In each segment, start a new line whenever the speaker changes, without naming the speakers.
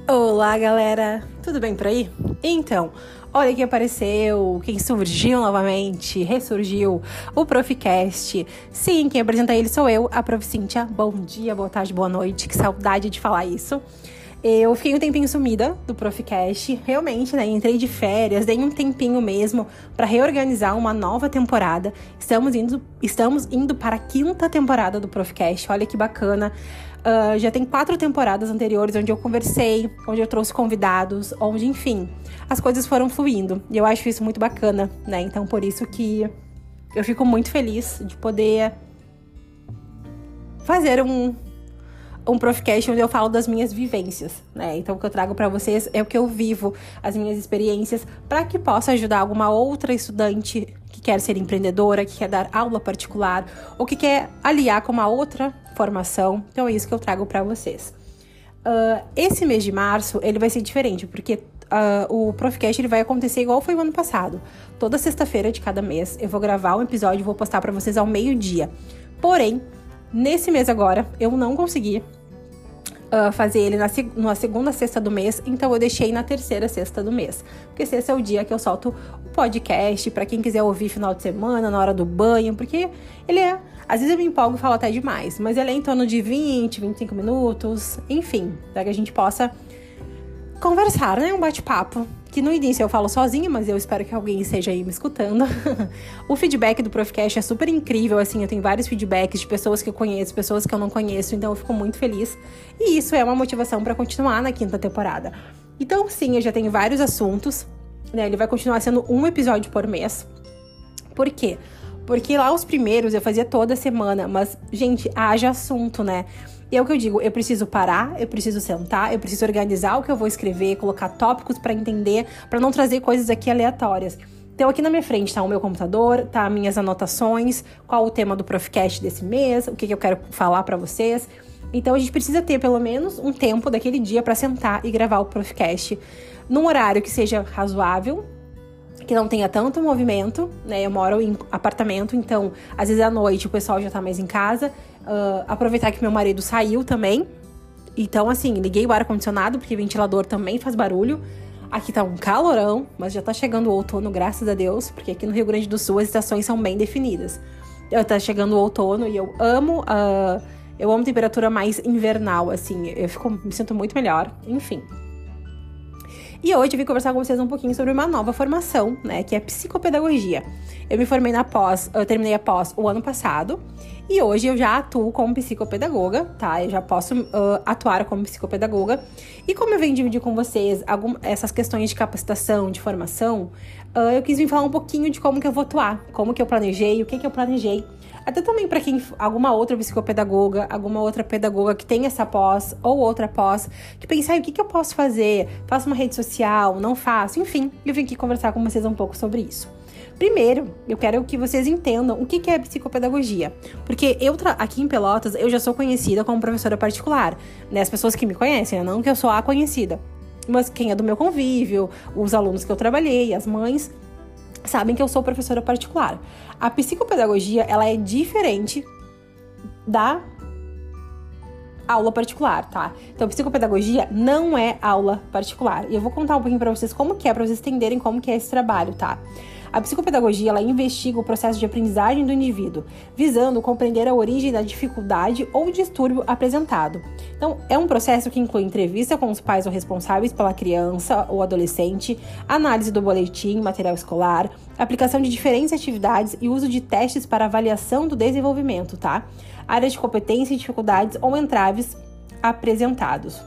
Olá, galera! Tudo bem por aí? Então, olha quem apareceu, quem surgiu novamente, ressurgiu, o Proficast. Sim, quem apresenta ele sou eu, a Prof. Cíntia. Bom dia, boa tarde, boa noite, que saudade de falar isso. Eu fiquei um tempinho sumida do Proficast, realmente, né? Entrei de férias, dei um tempinho mesmo para reorganizar uma nova temporada. Estamos indo para a 5ª temporada do Proficast, olha que bacana. Já tem 4 temporadas anteriores onde eu conversei, onde eu trouxe convidados, onde, enfim, as coisas foram fluindo. E eu acho isso muito bacana, né? Então, por isso que eu fico muito feliz de poder fazer um Proficast onde eu falo das minhas vivências, né? Então, o que eu trago pra vocês é o que eu vivo, as minhas experiências, para que possa ajudar alguma outra estudante que quer ser empreendedora, que quer dar aula particular, ou que quer aliar com uma outra formação. Então, é isso que eu trago pra vocês. Esse mês de março, ele vai ser diferente, porque o Proficast ele vai acontecer igual foi o ano passado. Toda sexta-feira de cada mês, eu vou gravar um episódio e vou postar pra vocês ao meio-dia. Porém, nesse mês agora, eu não consegui fazer ele na segunda sexta do mês, então eu deixei na terceira sexta do mês. Porque sexta é o dia que eu solto o podcast, pra quem quiser ouvir final de semana, na hora do banho, porque ele é... Às vezes eu me empolgo e falo até demais, mas ele é em torno de 20, 25 minutos, enfim, para que a gente possa conversar, né? Um bate-papo. Que no início eu falo sozinha, mas eu espero que alguém esteja aí me escutando. O feedback do Proficast é super incrível, assim, eu tenho vários feedbacks de pessoas que eu conheço, pessoas que eu não conheço, então eu fico muito feliz. E isso é uma motivação para continuar na 5ª temporada. Então, sim, eu já tenho vários assuntos, né? Ele vai continuar sendo um episódio por mês. Por quê? Porque lá os primeiros eu fazia toda semana, mas, gente, haja assunto, né? E é o que eu digo, eu preciso parar, eu preciso sentar, eu preciso organizar o que eu vou escrever, colocar tópicos pra entender, pra não trazer coisas aqui aleatórias. Então aqui na minha frente tá o meu computador, tá minhas anotações, qual o tema do Proficast desse mês, o que eu quero falar pra vocês. Então a gente precisa ter pelo menos um tempo daquele dia pra sentar e gravar o Proficast num horário que seja razoável, que não tenha tanto movimento, né? Eu moro em apartamento, então às vezes à noite o pessoal já tá mais em casa. Aproveitar que meu marido saiu também. Então, assim, liguei o ar-condicionado, porque o ventilador também faz barulho. Aqui tá um calorão, mas já tá chegando o outono, graças a Deus, porque aqui no Rio Grande do Sul as estações são bem definidas. Tá chegando o outono e eu amo temperatura mais invernal, assim, me sinto muito melhor, enfim. E hoje eu vim conversar com vocês um pouquinho sobre uma nova formação, né, que é psicopedagogia. Eu me formei eu terminei a pós o ano passado, e hoje eu já atuo como psicopedagoga, tá? Eu já posso atuar como psicopedagoga. E como eu venho dividir com vocês essas questões de capacitação, de formação, eu quis vir falar um pouquinho de como que eu vou atuar, como que eu planejei, o que que eu planejei. Até também para quem, alguma outra psicopedagoga, alguma outra pedagoga que tem essa pós ou outra pós, que pensa, o que que eu posso fazer? Faço uma rede social? Não faço? Enfim, eu vim aqui conversar com vocês um pouco sobre isso. Primeiro, eu quero que vocês entendam o que é psicopedagogia. Porque aqui em Pelotas, eu já sou conhecida como professora particular, né? As pessoas que me conhecem, não que eu sou a conhecida. Mas quem é do meu convívio, os alunos que eu trabalhei, as mães, sabem que eu sou professora particular. A psicopedagogia, ela é diferente da aula particular, tá? Então, psicopedagogia não é aula particular. E eu vou contar um pouquinho pra vocês como que é, pra vocês entenderem como que é esse trabalho, tá? A psicopedagogia, ela investiga o processo de aprendizagem do indivíduo, visando compreender a origem da dificuldade ou distúrbio apresentado. Então, é um processo que inclui entrevista com os pais ou responsáveis pela criança ou adolescente, análise do boletim, material escolar, aplicação de diferentes atividades e uso de testes para avaliação do desenvolvimento, tá? Áreas de competência e dificuldades ou entraves apresentados.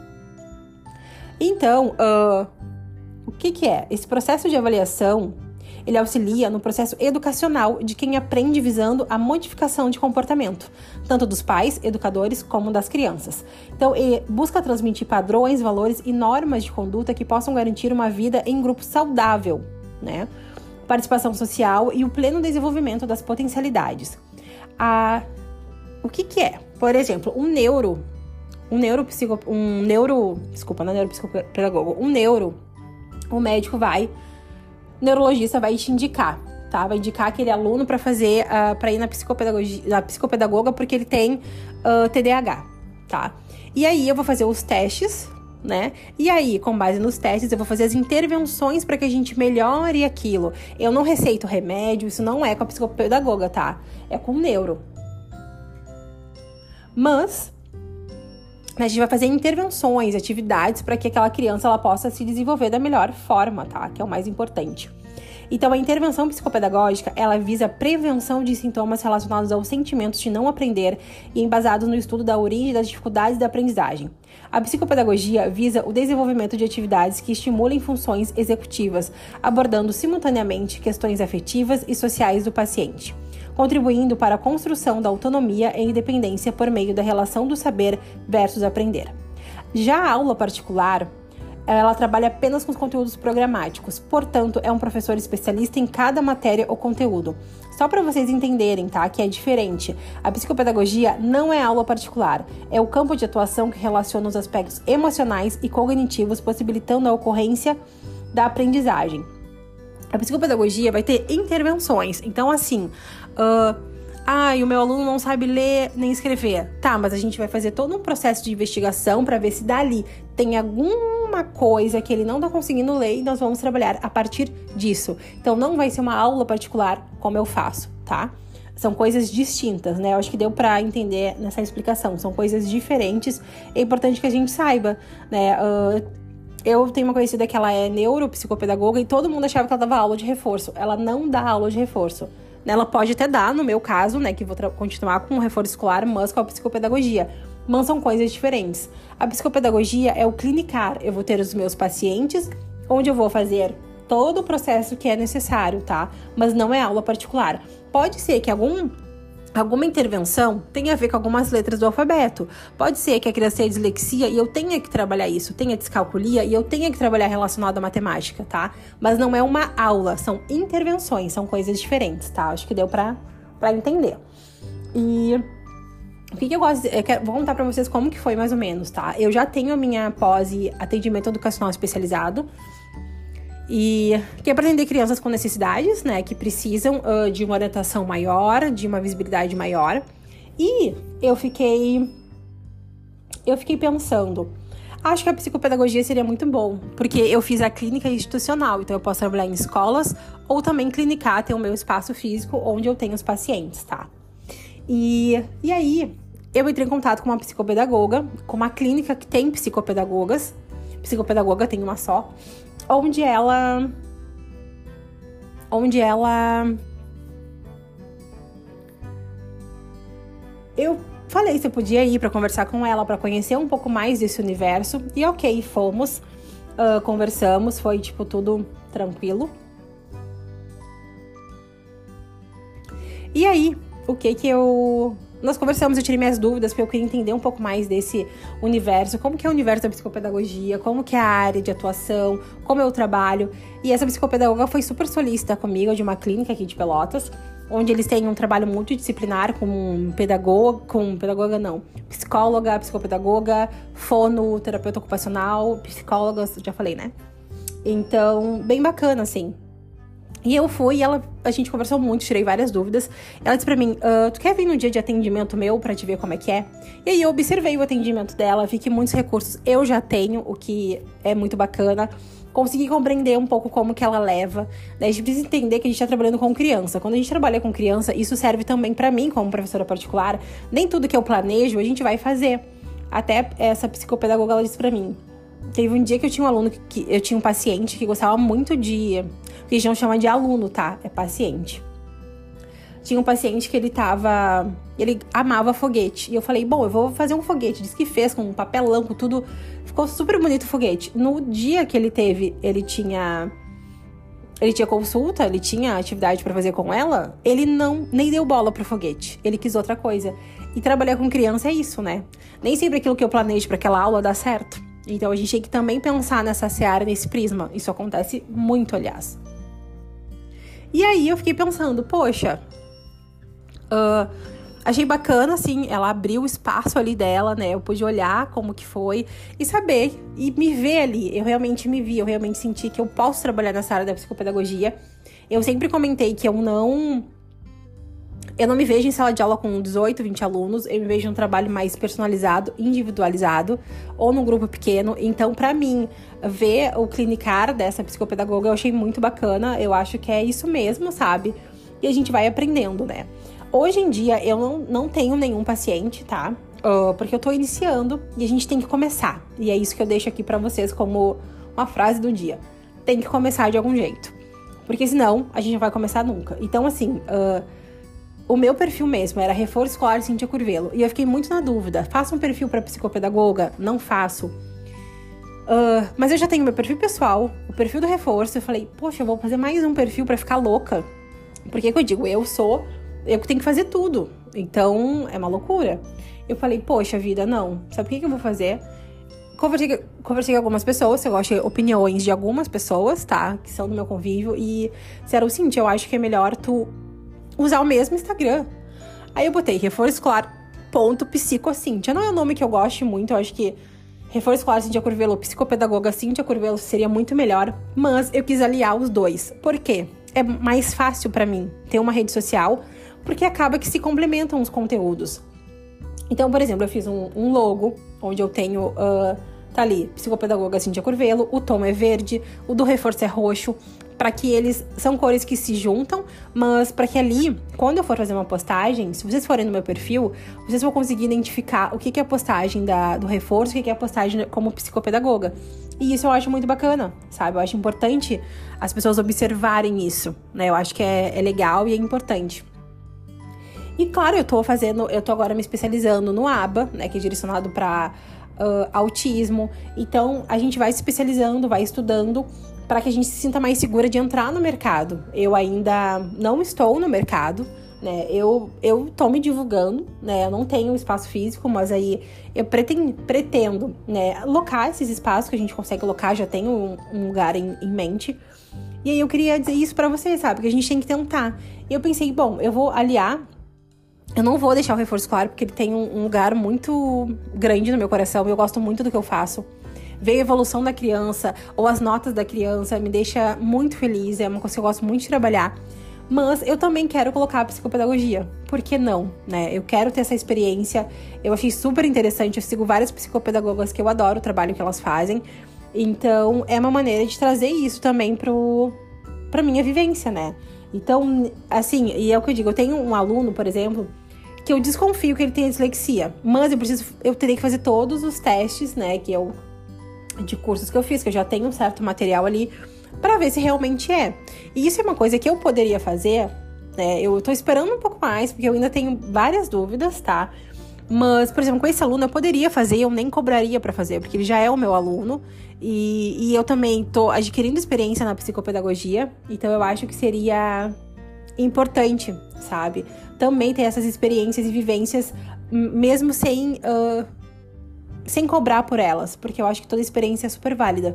Então, o que é? Esse processo de avaliação, ele auxilia no processo educacional de quem aprende visando a modificação de comportamento, tanto dos pais, educadores, como das crianças. Então, ele busca transmitir padrões, valores e normas de conduta que possam garantir uma vida em grupo saudável, né? Participação social e o pleno desenvolvimento das potencialidades. O que é? Por exemplo, um neurologista vai te indicar, tá? Vai indicar aquele aluno para ir na psicopedagoga porque ele tem TDAH, tá? E aí eu vou fazer os testes né? E aí, com base nos testes, eu vou fazer as intervenções para que a gente melhore aquilo. Eu não receito remédio, isso não é com a psicopedagoga, tá? É com o neuro. Mas a gente vai fazer intervenções, atividades para que aquela criança ela possa se desenvolver da melhor forma, tá? Que é o mais importante. Então, a intervenção psicopedagógica, ela visa a prevenção de sintomas relacionados aos sentimentos de não aprender e embasados no estudo da origem das dificuldades da aprendizagem. A psicopedagogia visa o desenvolvimento de atividades que estimulem funções executivas, abordando simultaneamente questões afetivas e sociais do paciente, contribuindo para a construção da autonomia e independência por meio da relação do saber versus aprender. Já a aula particular, ela trabalha apenas com os conteúdos programáticos, portanto, é um professor especialista em cada matéria ou conteúdo. Só para vocês entenderem, tá? Que é diferente. A psicopedagogia não é aula particular, é o campo de atuação que relaciona os aspectos emocionais e cognitivos, possibilitando a ocorrência da aprendizagem. A psicopedagogia vai ter intervenções, então assim, o meu aluno não sabe ler nem escrever. Tá, mas a gente vai fazer todo um processo de investigação para ver se dali tem alguma coisa que ele não tá conseguindo ler e nós vamos trabalhar a partir disso. Então, não vai ser uma aula particular como eu faço, tá? São coisas distintas, né? Eu acho que deu pra entender nessa explicação. São coisas diferentes. É importante que a gente saiba, né? Eu tenho uma conhecida que ela é neuropsicopedagoga e todo mundo achava que ela dava aula de reforço. Ela não dá aula de reforço. Ela pode até dar, no meu caso, né, que vou continuar com o reforço escolar, mas com a psicopedagogia. Mas são coisas diferentes. A psicopedagogia é o clinicar. Eu vou ter os meus pacientes, onde eu vou fazer todo o processo que é necessário, tá? Mas não é aula particular. Pode ser que alguma intervenção tenha a ver com algumas letras do alfabeto. Pode ser que a criança tenha dislexia e eu tenha que trabalhar isso, tenha descalculia e eu tenha que trabalhar relacionado à matemática, tá? Mas não é uma aula, são intervenções, são coisas diferentes, tá? Acho que deu pra entender. E o que eu gosto, vou contar pra vocês como que foi mais ou menos, tá? Eu já tenho a minha pós em atendimento educacional especializado, e que é para atender crianças com necessidades, né, que precisam de uma orientação maior, de uma visibilidade maior. E eu fiquei pensando, acho que a psicopedagogia seria muito bom, porque eu fiz a clínica institucional, então eu posso trabalhar em escolas ou também clinicar, ter o meu espaço físico onde eu tenho os pacientes, tá? E aí, eu entrei em contato com uma psicopedagoga, com uma clínica que tem psicopedagogas, psicopedagoga tem uma só, onde ela eu falei se eu podia ir para conversar com ela, para conhecer um pouco mais desse universo. E ok, fomos, conversamos, foi tipo tudo tranquilo. E aí, nós conversamos, eu tirei minhas dúvidas, porque eu queria entender um pouco mais desse universo, como que é o universo da psicopedagogia, como que é a área de atuação, como eu trabalho. E essa psicopedagoga foi super solícita comigo, de uma clínica aqui de Pelotas, onde eles têm um trabalho multidisciplinar com psicóloga, psicopedagoga, fono, terapeuta ocupacional, psicóloga, já falei, né? Então, bem bacana, assim. E eu fui, a gente conversou muito, tirei várias dúvidas. Ela disse pra mim, tu quer vir no dia de atendimento meu pra te ver como é que é? E aí eu observei o atendimento dela, vi que muitos recursos eu já tenho, o que é muito bacana. Consegui compreender um pouco como que ela leva, né? A gente precisa entender que a gente tá trabalhando com criança. Quando a gente trabalha com criança, isso serve também pra mim, como professora particular. Nem tudo que eu planejo, a gente vai fazer. Até essa psicopedagoga, ela disse pra mim, teve um dia que eu tinha um aluno, eu tinha um paciente que gostava muito de... que a gente não chama de aluno, tá? É paciente. Tinha um paciente que ele amava foguete. E eu falei, bom, eu vou fazer um foguete. Diz que fez com um papelão, com tudo. Ficou super bonito o foguete. No dia que ele tinha consulta, ele tinha atividade pra fazer com ela, ele nem deu bola pro foguete. Ele quis outra coisa. E trabalhar com criança é isso, né? Nem sempre aquilo que eu planejo pra aquela aula dá certo. Então a gente tem que também pensar nessa seara, nesse prisma. Isso acontece muito, aliás. E aí eu fiquei pensando, poxa, achei bacana, assim, ela abriu o espaço ali dela, né? Eu pude olhar como que foi e saber, e me ver ali. Eu realmente me vi, eu realmente senti que eu posso trabalhar nessa área da psicopedagogia. Eu sempre comentei que eu Eu não me vejo em sala de aula com 18, 20 alunos, eu me vejo em um trabalho mais personalizado, individualizado, ou num grupo pequeno. Então, pra mim, ver o clinicar dessa psicopedagoga eu achei muito bacana, eu acho que é isso mesmo, sabe? E a gente vai aprendendo, né? Hoje em dia, eu não tenho nenhum paciente, tá? Porque eu tô iniciando e a gente tem que começar. E é isso que eu deixo aqui pra vocês como uma frase do dia. Tem que começar de algum jeito. Porque senão, a gente não vai começar nunca. Então, assim, o meu perfil mesmo era Reforço Escolar Cíntia Curvelo. E eu fiquei muito na dúvida. Faço um perfil pra psicopedagoga? Não faço. Mas eu já tenho meu perfil pessoal, o perfil do reforço. Eu falei, poxa, eu vou fazer mais um perfil pra ficar louca. Porque que eu digo, eu que tenho que fazer tudo. Então, é uma loucura. Eu falei, poxa vida, não. Sabe o que eu vou fazer? Conversei com algumas pessoas, eu gosto de opiniões de algumas pessoas, tá? Que são do meu convívio. E disseram o seguinte, eu acho que é melhor tu usar o mesmo Instagram. Aí eu botei Reforço Escolar .psicocíntia. Não é um nome que eu gosto muito, eu acho que Reforço Escolar Cíntia Curvelo, psicopedagoga Cíntia Curvelo seria muito melhor. Mas eu quis aliar os dois. Por quê? É mais fácil pra mim ter uma rede social, porque acaba que se complementam os conteúdos. Então, por exemplo, eu fiz um logo, onde eu tenho, tá ali, psicopedagoga Cíntia Curvelo, o tom é verde, o do reforço é roxo, para que eles, são cores que se juntam, mas para que ali, quando eu for fazer uma postagem, se vocês forem no meu perfil, vocês vão conseguir identificar o que é a postagem do reforço, o que é a postagem como psicopedagoga. E isso eu acho muito bacana, sabe? Eu acho importante as pessoas observarem isso, né? Eu acho que é legal e é importante. E claro, eu tô agora me especializando no ABA, né, que é direcionado para autismo. Então, a gente vai se especializando, vai estudando para que a gente se sinta mais segura de entrar no mercado. Eu ainda não estou no mercado, né, eu tô me divulgando, né, eu não tenho espaço físico, mas aí eu pretendo, né, locar esses espaços que a gente consegue locar, já tenho um lugar em mente. E aí eu queria dizer isso para vocês, sabe, que a gente tem que tentar. E eu pensei, bom, eu vou aliar. Eu não vou deixar o reforço escolar, porque ele tem um lugar muito grande no meu coração e eu gosto muito do que eu faço. Ver a evolução da criança ou as notas da criança me deixa muito feliz, é uma coisa que eu gosto muito de trabalhar. Mas eu também quero colocar a psicopedagogia. Por que não, né? Eu quero ter essa experiência. Eu achei super interessante, eu sigo várias psicopedagogas que eu adoro o trabalho que elas fazem. Então, é uma maneira de trazer isso também pra minha vivência, né? Então, assim, e é o que eu digo, eu tenho um aluno, por exemplo, que eu desconfio que ele tenha dislexia, mas eu teria que fazer todos os testes, né, de cursos que eu fiz, que eu já tenho um certo material ali, pra ver se realmente é. E isso é uma coisa que eu poderia fazer, né, eu tô esperando um pouco mais, porque eu ainda tenho várias dúvidas, tá? Mas, por exemplo, com esse aluno eu poderia fazer, eu nem cobraria pra fazer, porque ele já é o meu aluno. E eu também tô adquirindo experiência na psicopedagogia, então eu acho que seria importante, sabe? Também ter essas experiências e vivências, mesmo sem cobrar por elas, porque eu acho que toda experiência é super válida.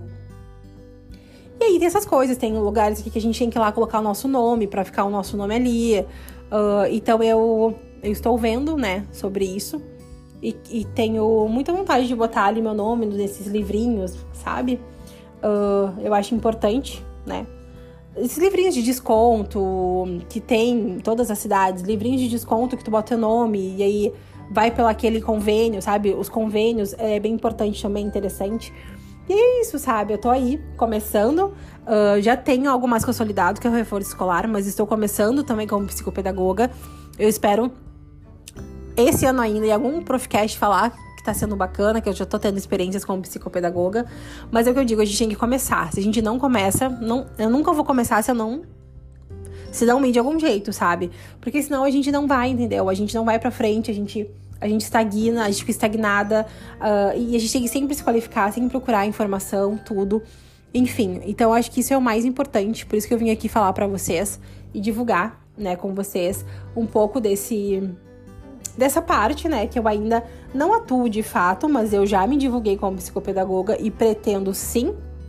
E aí tem essas coisas, tem lugares aqui que a gente tem que ir lá colocar o nosso nome, pra ficar o nosso nome ali. Então eu estou vendo, né, sobre isso. E tenho muita vontade de botar ali meu nome nesses livrinhos, sabe? Eu acho importante, né? Esses livrinhos de desconto que tem em todas as cidades, livrinhos de desconto que tu bota teu nome e aí vai pelo aquele convênio, sabe? Os convênios é bem importante também, interessante. E é isso, sabe? Eu tô aí, começando. Já tenho algo mais consolidado, que é o reforço escolar, mas estou começando também como psicopedagoga. Eu espero esse ano ainda, em algum Profcast falar que tá sendo bacana, que eu já tô tendo experiências como psicopedagoga. Mas é o que eu digo, a gente tem que começar. Se a gente não começa, eu nunca vou começar se não ir de algum jeito, sabe? Porque senão a gente não vai, entendeu? A gente não vai pra frente, a gente estagna, a gente fica estagnada. E a gente tem que sempre se qualificar, sempre procurar informação, tudo. Enfim, então eu acho que isso é o mais importante. Por isso que eu vim aqui falar pra vocês e divulgar, né, com vocês um pouco dessa parte, né, que eu ainda não atuo de fato, mas eu já me divulguei como psicopedagoga e pretendo sim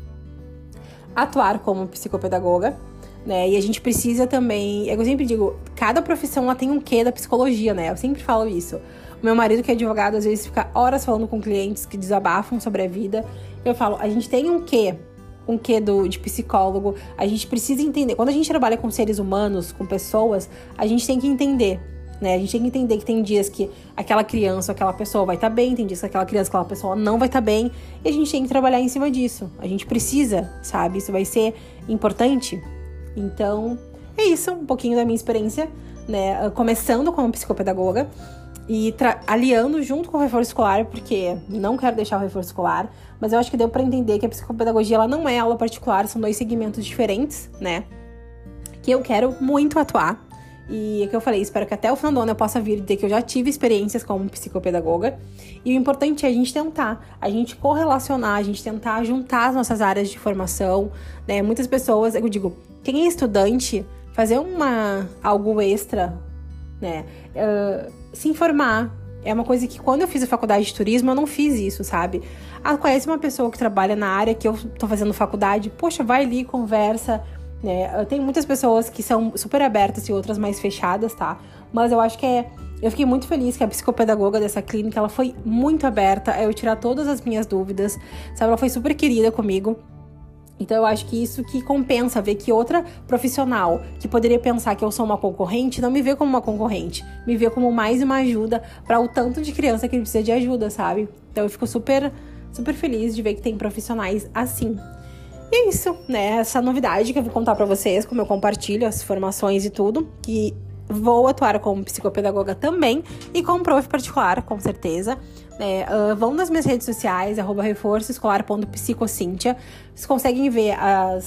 atuar como psicopedagoga, né, e a gente precisa também, eu sempre digo, cada profissão ela tem um quê da psicologia, né, eu sempre falo isso. O meu marido que é advogado, às vezes fica horas falando com clientes que desabafam sobre a vida, eu falo, a gente tem um quê de psicólogo, a gente precisa entender, quando a gente trabalha com seres humanos, com pessoas, a gente tem que entender né? A gente tem que entender que tem dias que aquela criança, aquela pessoa vai estar bem, tem dias que aquela criança, aquela pessoa não vai estar bem, e a gente tem que trabalhar em cima disso. A gente precisa, sabe? Isso vai ser importante. Então, é isso, um pouquinho da minha experiência, né? Começando como psicopedagoga e aliando junto com o reforço escolar, porque não quero deixar o reforço escolar, mas eu acho que deu para entender que a psicopedagogia ela não é aula particular, são 2 segmentos diferentes, né? Que eu quero muito atuar. E é o que eu falei, espero que até o final do ano eu possa vir dizer que eu já tive experiências como psicopedagoga. E o importante é a gente tentar, a gente correlacionar, a gente tentar juntar as nossas áreas de formação, né? Muitas pessoas, eu digo, quem é estudante, fazer algo extra, né? Se informar. É uma coisa que quando eu fiz a faculdade de turismo, eu não fiz isso, sabe? Conhece uma pessoa que trabalha na área que eu tô fazendo faculdade, poxa, vai ali, conversa, né? Tem muitas pessoas que são super abertas e outras mais fechadas, tá? Mas eu acho que eu fiquei muito feliz que a psicopedagoga dessa clínica, ela foi muito aberta a eu tirar todas as minhas dúvidas, sabe? Ela foi super querida comigo. Então eu acho que isso que compensa, ver que outra profissional que poderia pensar que eu sou uma concorrente, não me vê como uma concorrente, me vê como mais uma ajuda para o tanto de criança que precisa de ajuda, sabe? Então eu fico super, super feliz de ver que tem profissionais assim. E é isso, né? Essa novidade que eu vou contar pra vocês, como eu compartilho as formações e tudo, que vou atuar como psicopedagoga também e como prof particular, com certeza. Vão nas minhas redes sociais, @reforçoescolar.psicocintia. Vocês conseguem ver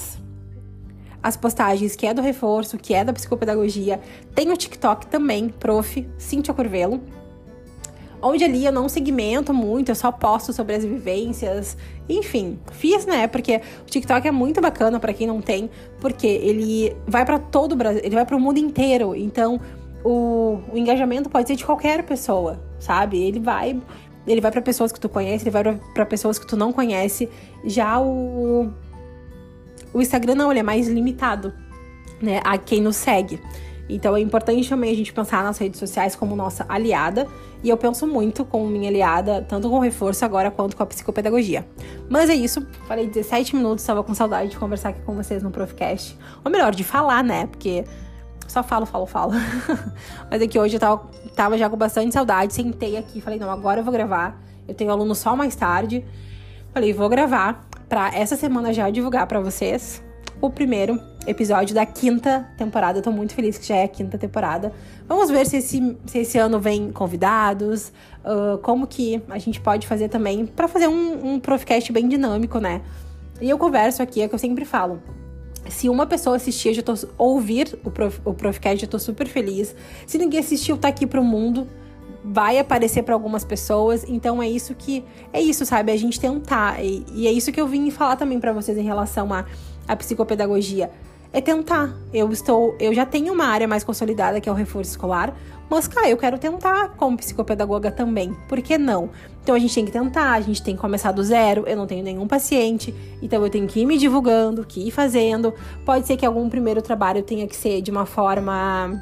as postagens que é do reforço, que é da psicopedagogia. Tem o TikTok também, prof. Cíntia Curvelo. Onde ali eu não segmento muito, eu só posto sobre as vivências. Enfim, fiz, né? Porque o TikTok é muito bacana pra quem não tem, porque ele vai pra todo o Brasil, ele vai pro mundo inteiro. Então, o engajamento pode ser de qualquer pessoa, sabe? Ele vai pra pessoas que tu conhece, ele vai pra pessoas que tu não conhece. Já o Instagram não, ele é mais limitado, né? A quem nos segue. Então é importante também a gente pensar nas redes sociais como nossa aliada. E eu penso muito com minha aliada, tanto com o reforço agora quanto com a psicopedagogia. Mas é isso, falei 17 minutos, estava com saudade de conversar aqui com vocês no Profcast. Ou melhor, de falar, né? Porque só falo. Mas é que hoje eu tava já com bastante saudade, sentei aqui, falei, não, agora eu vou gravar. Eu tenho aluno só mais tarde. Falei, vou gravar pra essa semana já divulgar pra vocês o primeiro episódio da 5ª temporada. Eu tô muito feliz que já é a 5ª temporada. Vamos ver se esse ano vem convidados, como que a gente pode fazer também pra fazer um Profcast bem dinâmico, né? E eu converso aqui, é que eu sempre falo. Se uma pessoa assistir, ouvir o Profcast, eu tô super feliz. Se ninguém assistiu, tá aqui pro mundo. Vai aparecer para algumas pessoas, então é isso, sabe? A gente tentar, e é isso que eu vim falar também para vocês em relação à psicopedagogia. É tentar. Eu já tenho uma área mais consolidada, que é o reforço escolar, mas, eu quero tentar como psicopedagoga também. Por que não? Então a gente tem que tentar, a gente tem que começar do zero. Eu não tenho nenhum paciente, então eu tenho que ir me divulgando, que ir fazendo. Pode ser que algum primeiro trabalho tenha que ser de uma forma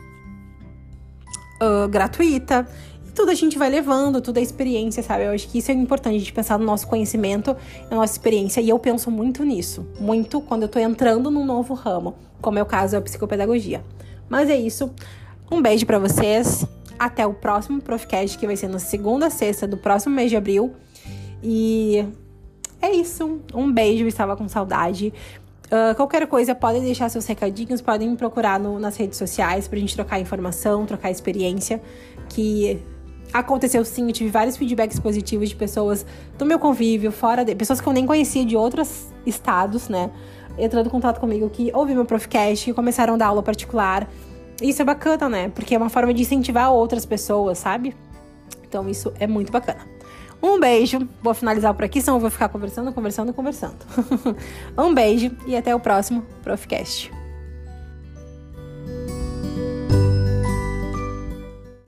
gratuita. E tudo a gente vai levando, tudo é experiência, sabe? Eu acho que isso é importante, a gente pensar no nosso conhecimento, na nossa experiência. E eu penso muito nisso, muito quando eu tô entrando num novo ramo, como é o caso da psicopedagogia. Mas é isso. Um beijo pra vocês. Até o próximo Profcast, que vai ser na segunda a sexta do próximo mês de abril. E é isso. Um beijo, estava com saudade. Qualquer coisa, podem deixar seus recadinhos, podem me procurar nas redes sociais pra gente trocar informação, trocar experiência, que aconteceu sim, eu tive vários feedbacks positivos de pessoas do meu convívio, pessoas que eu nem conhecia de outros estados, né, entrando em contato comigo, que ouviram meu Profcast e começaram a dar aula particular. Isso é bacana, né, porque é uma forma de incentivar outras pessoas, sabe? Então isso é muito bacana. Um beijo, vou finalizar por aqui, senão eu vou ficar conversando. Um beijo e até o próximo Profcast.